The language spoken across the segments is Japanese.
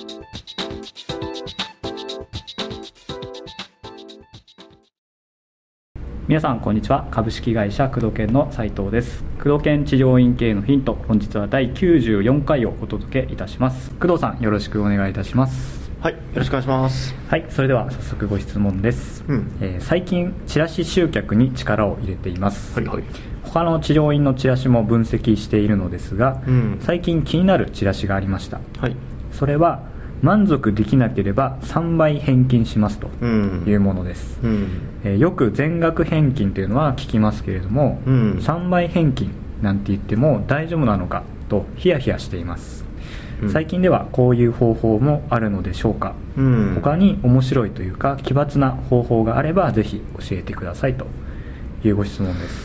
皆さんこんにちは。株式会社工藤研の斉藤です。工藤研治療院経営のヒント、本日は第94回をお届けいたします。工藤さん、よろしくお願いいたします。 はい、よろしくお願いします。 はい、それでは早速ご質問です。最近チラシ集客に力を入れています。 はいはい。 他の治療院のチラシも分析しているのですが、最近気になるチラシがありました。 はい。 それは満足できなければ3倍返金しますというものです。よく全額返金というのは聞きますけれども、3倍返金なんて言っても大丈夫なのかとヒヤヒヤしています。最近ではこういう方法もあるのでしょうか。他に面白いというか奇抜な方法があればぜひ教えてくださいというご質問です。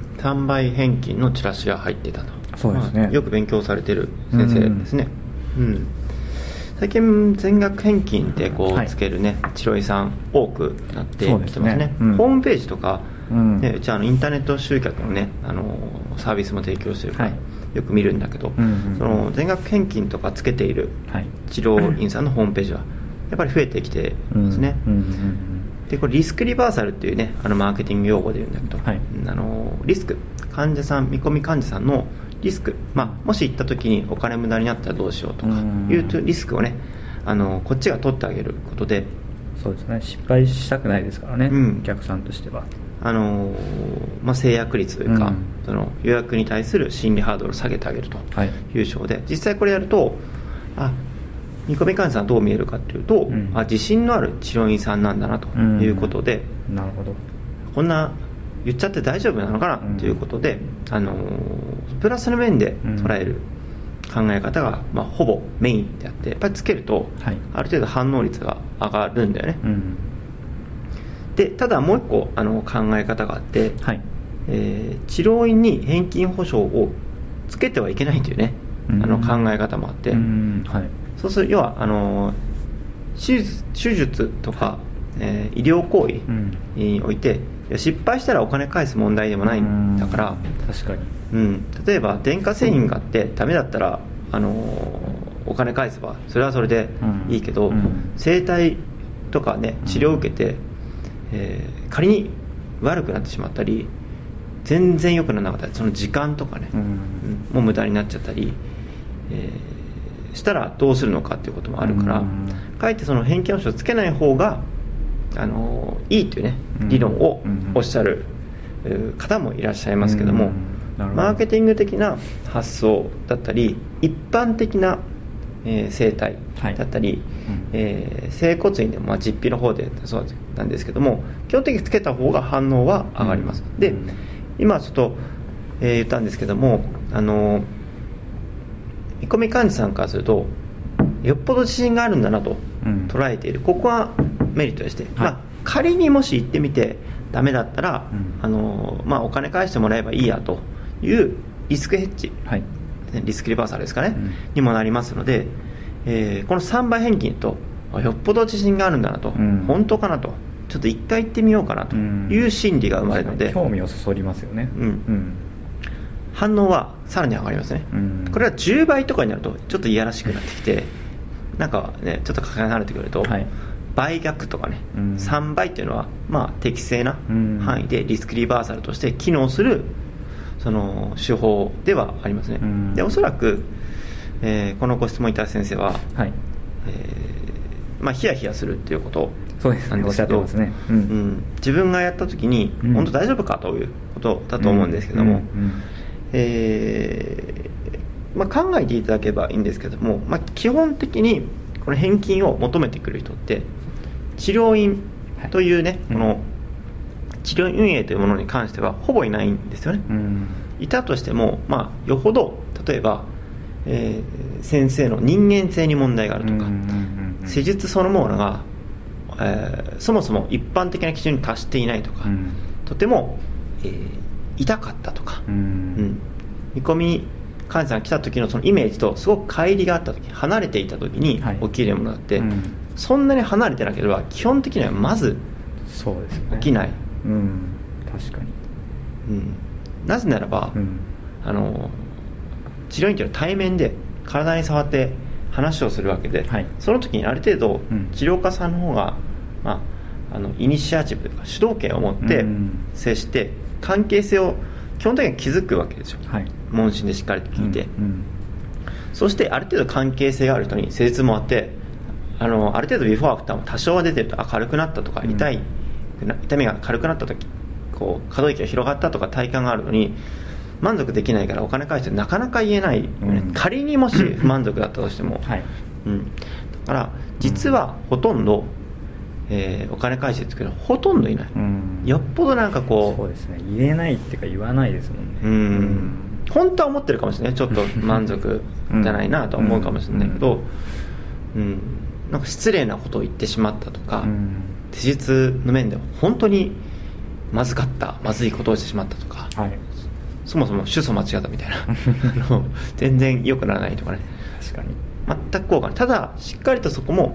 3倍返金のチラシが入ってたと。 そうですね、 よく勉強されている先生ですね。最近全額返金ってこうつけるね、治療院さん多くなってきてますね。ホームページとか、うちはインターネット集客のね、サービスも提供してるから、よく見るんだけど、その全額返金とかつけている治療院さんのホームページはやっぱり増えてきてますね。でこれリスクリバーサルっていうね、マーケティング用語で言うんだけど、リスク、患者さん、見込み患者さんのリスク、もし行った時にお金無駄になったらどうしようとかいうリスクをね、こっちが取ってあげることで。 そうですね、失敗したくないですからね、お客さんとしては。 制約率というか、その予約に対する心理ハードルを下げてあげるという章で、実際これやると見込み患者さんどう見えるかというと、自信のある治療院さんなんだなということで、 なるほど、 こんな言っちゃって大丈夫なのかなということで、プラスの面で捉える考え方が、ほぼメインであって、やっぱりつけると、ある程度反応率が上がるんだよね。でただもう一個考え方があって、治療院に返金保証をつけてはいけないというね、考え方もあって、そうする要は手術とか、医療行為において、失敗したらお金返す問題でもないんだから、 確かに、 例えば電化製品があってダメだったら、お金返せばそれはそれでいいけど、整体とかね、治療を受けて、仮に悪くなってしまったり、全然良くならなかったり、その時間とかね、もう無駄になっちゃったり、したらどうするのかっていうこともあるから、かえってその返金保証をつけない方がいいというね、理論をおっしゃる方もいらっしゃいますけども、マーケティング的な発想だったり、一般的な生態だったり、整骨院でも実費の方でそうなんですけども、基本的につけた方が反応は上がります。で今ちょっと、言ったんですけども、見込み患者さんからするとよっぽど自信があるんだなと捉えている、ここはメリットでして、仮にもし行ってみてダメだったら、お金返してもらえばいいやというリスクヘッジ、リスクリバーサルですかね、にもなりますので、この3倍返金とよっぽど自信があるんだなと、本当かなと、ちょっと一回行ってみようかなという心理が生まれるので、 興味をそそりますよね。 反応はさらに上がりますね。これは10倍とかになるとちょっといやらしくなってきて、なんかね、ちょっとかけ離れてくると、倍額とかね、3倍っていうのは適正な範囲でリスクリバーサルとして機能するその手法ではありますね。でおそらく、このご質問いただいた先生は、ヒヤヒヤするっていうことなんですけど、自分がやった時に本当大丈夫かということだと思うんですけども、考えていただければいいんですけども、基本的にこの返金を求めてくる人って治療院というね、この治療運営というものに関してはほぼいないんですよね。いたとしても、よほど例えば、先生の人間性に問題があるとか、施術そのものが、そもそも一般的な基準に達していないとか、とても、痛かったとか、見込み患者さんが来た時のそのイメージとすごく乖離があった時、離れていた時に起きるものだって、そんなに離れてなければ基本的にはまず起きない。 確かに、なぜならば、治療院というのは対面で体に触って話をするわけで、 はい、 その時にある程度治療家さんの方が、イニシアチブというか主導権を持って接して関係性を基本的には築くわけですよ、はい、問診でしっかりと聞いて、そしてある程度関係性がある人に施術もあってある程度ビフォーアフターも多少は出てると軽くなったとか、痛みが軽くなった時こう可動域が広がったとか体感があるのに満足できないからお金返してなかなか言えない、仮にもし不満足だったとしても、はい、だから実はほとんど、お金返してるけどほとんどいない、よっぽどなんかこうそうですね、言えないっていうか言わないですもんね、 本当は思ってるかもしれない、ちょっと満足じゃないなと思うかもしれないけど、なんか失礼なことを言ってしまったとか、施術の面では本当にまずいことをしてしまったとか、はい、そもそも主訴間違ったみたいな全然良くならないとかね、 確かに全く効果ない。ただしっかりとそこも、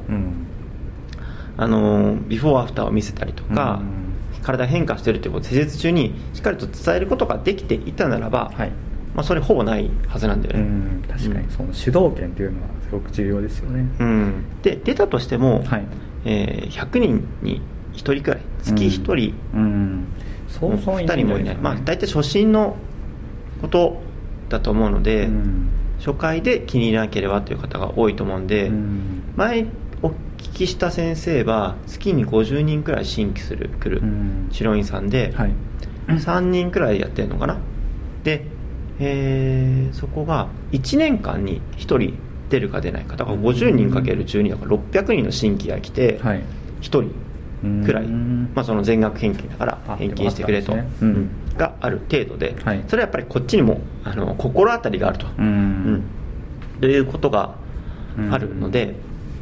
ビフォーアフターを見せたりとか、体変化してるということを施術中にしっかりと伝えることができていたならば、はい、それほぼないはずなんだよね。 確かにその主導権っていうのはすごく重要ですよね。 で出たとしても、はい、100人に1人くらい、月1人、 そうそう 2人もいない、大体初診のことだと思うので、初回で気に入らなければという方が多いと思うんで、前お聞きした先生は月に50人くらい新規来る治療院さんで、はい、3人くらいやってるのかな。で、そこが1年間に1人出るか出ないかだから50人 ×12 だから600人の新規が来て、1人くらい、その全額返金だから返金してくれと、がある程度で、それはやっぱりこっちにも心当たりがあると、ということがあるので、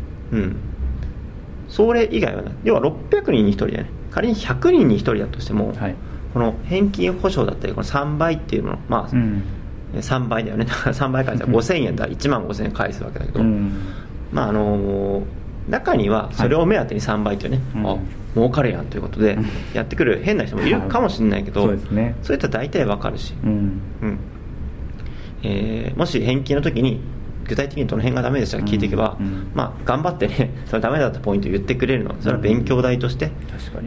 それ以外は、要は600人に1人でね、仮に100人に1人だとしても、この返金保証だったりこの3倍っていうの、3倍だよね、だから3倍返したら5000円だ、1万5000円返すわけだけど、中にはそれを目当てに3倍というね、儲かるやんということでやってくる変な人もいるかもしれないけど、そういったら大体わかるし、もし返金の時に具体的にどの辺がダメでしたか聞いていけば、頑張ってね、それダメだったポイントを言ってくれるのはそれは勉強代として、 確かに、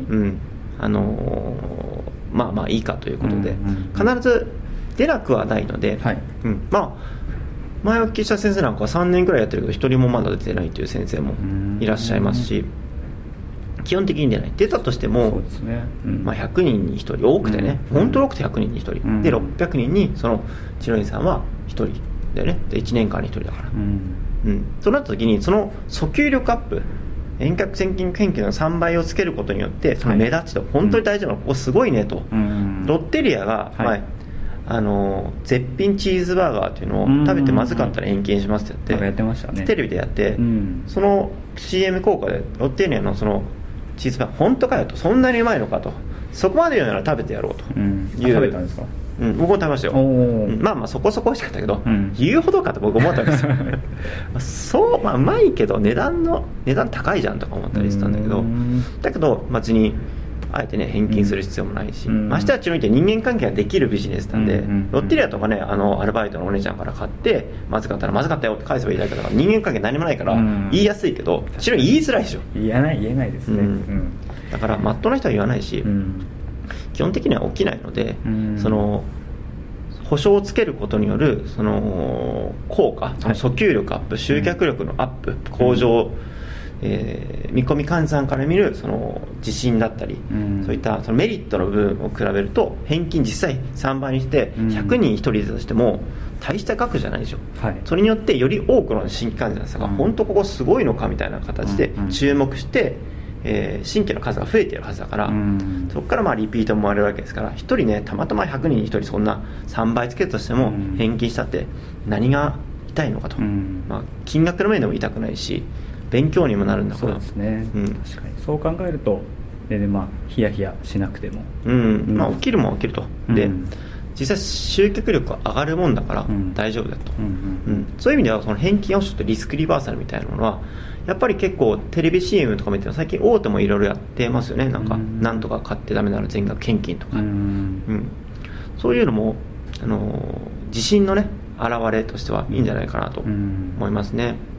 いいかということで、必ず出なくはないので、前お聞きした先生なんかは3年くらいやってるけど1人もまだ出てないという先生もいらっしゃいますし、基本的に出ない、出たとしても、そうですね、100人に1人、多くてね、本当に多くて100人に1人、で600人にその治療院さんは1人だよね、で1年間に1人だから、そうなった時にその訴求力アップ、遠隔線金研究の3倍をつけることによってその目立ちと、本当に大事なのはここすごいねと、ロッテリアが、絶品チーズバーガーというのを食べてまずかったら返金しますってやってましたね、 テレビでやって、その CM 効果でロッテリアのそのチーズバーガー本当かよと、そんなにうまいのかと、そこまで言うなら食べてやろうという、 食べたんですか？ 僕も食べましたよ。そこそこ美味しかったけど、言うほどかと僕思ったんですよそう、うまいけど値段高いじゃんとか思ったりしたんだけど、別にあえてね返金する必要もないし、ましてや治療院って人間関係ができるビジネスなんで、ロッテリアとかね、アルバイトのお姉ちゃんから買ってまずかったらまずかったよって返せばいいだけだから、人間関係何もないから言いやすいけど、治療院言いづらいでしょ。 言えないですね、 だからまっとうな人は言わないし、基本的には起きないので、その保証をつけることによるその効果、訴求力アップ、集客力のアップ向上、見込み患者さんから見るその自信だったり、そういったそのメリットの部分を比べると、返金実際3倍にして100人1人出たとしても大した額じゃないでしょ、それによってより多くの新規患者さんが本当ここすごいのかみたいな形で注目して、新規の数が増えているはずだから、そこからリピートも生まれるわけですから、1人ね、たまたま100人に1人そんな3倍つけるとしても返金したって何が痛いのかと、金額の面でも痛くないし勉強にもなるんだから。 そうですね、確かにそう考えると全然ヒヤヒヤしなくても、 起きるもん起きると、で実際集客力は上がるもんだから大丈夫だと、そういう意味ではその返金保証とリスクリバーサルみたいなものはやっぱり結構テレビ CM とか見てると最近大手もいろいろやってますよね。なんとか買ってダメなら全額返金とか、そういうのも自信のね表れとしてはいいんじゃないかなと思いますね。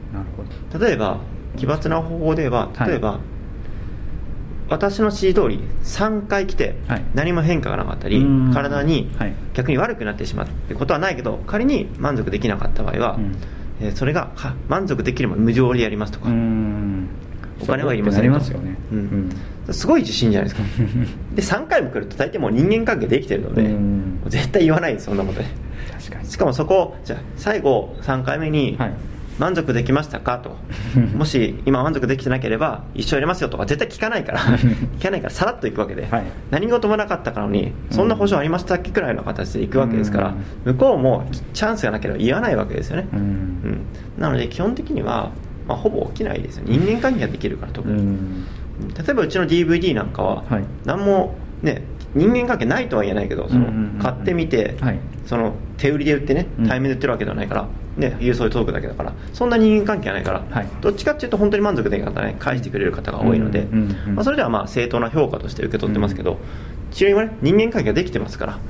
なるほど。 例えば奇抜な方法では、例えば、はい、私の指示通り3回来て何も変化がなかったり、はい、体に逆に悪くなってしまうってことはないけど、仮に満足できなかった場合は、それが満足できるもの無料でやりますとか、お金はいりませんと、 なりますよね、 すごい自信じゃないですかで3回も来ると大抵もう人間関係できてるので、絶対言わないんです、そんなことで。 確かに。 しかもそこじゃあ最後3回目に、はい、満足できましたかともし今満足できてなければ一生やりますよとか絶対聞かないから聞かないからさらっといくわけで、はい、何事もなかったからにそんな保証ありましたっけくらいの形でいくわけですから、向こうもチャンスがなければ言わないわけですよね、なので基本的には、ほぼ起きないですよ。人間関係ができるから特に、例えばうちの DVD なんかは、はい、何もね人間関係ないとは言えないけど、その買ってみて、はい、その手売りで売ってね対面で売ってるわけではないから、ね、郵送で届くだけだからそんな人間関係はないから、はい、どっちかっていうと本当に満足できなかったら、ね、返してくれる方が多いので、それでは正当な評価として受け取ってますけど、治療院はね人間関係ができてますから、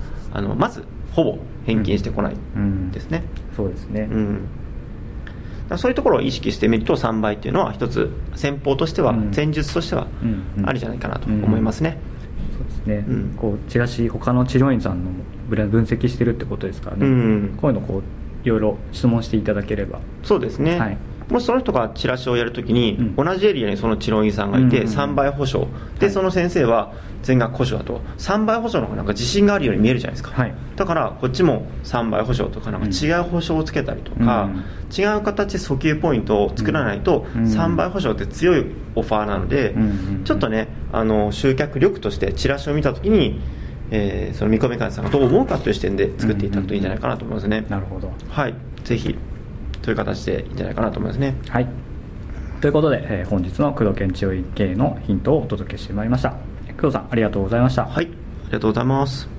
まずほぼ返金してこないですね、 そうですね、 そういうところを意識してみると3倍っていうのは一つ戦法としては、戦術としてはありじゃないかなと思いますね、 そうですね、こうチラシ他の治療院さんの分析してるってことですからね、こういうのこういろいろ質問していただければ。 そうですね、はい、もしその人がチラシをやるときに、同じエリアにその治療院さんがいて3倍保証で、その先生は全額保証だと3倍保証の方がなんか自信があるように見えるじゃないですか、はい、だからこっちも3倍保証とかなんか違う保証をつけたりとか、違う形で訴求ポイントを作らないと、3倍保証って強いオファーなので、ちょっとね集客力としてチラシを見たときにその見込み患者さんがどう思うかという視点で作っていただくといいんじゃないかなと思いますね。 なるほど、 はい、ぜひという形でいいんじゃないかなと思いますね。 はい、ということで、本日の工藤研治療院経営のヒントをお届けしてまいりました。工藤さんありがとうございました。 はい、ありがとうございます。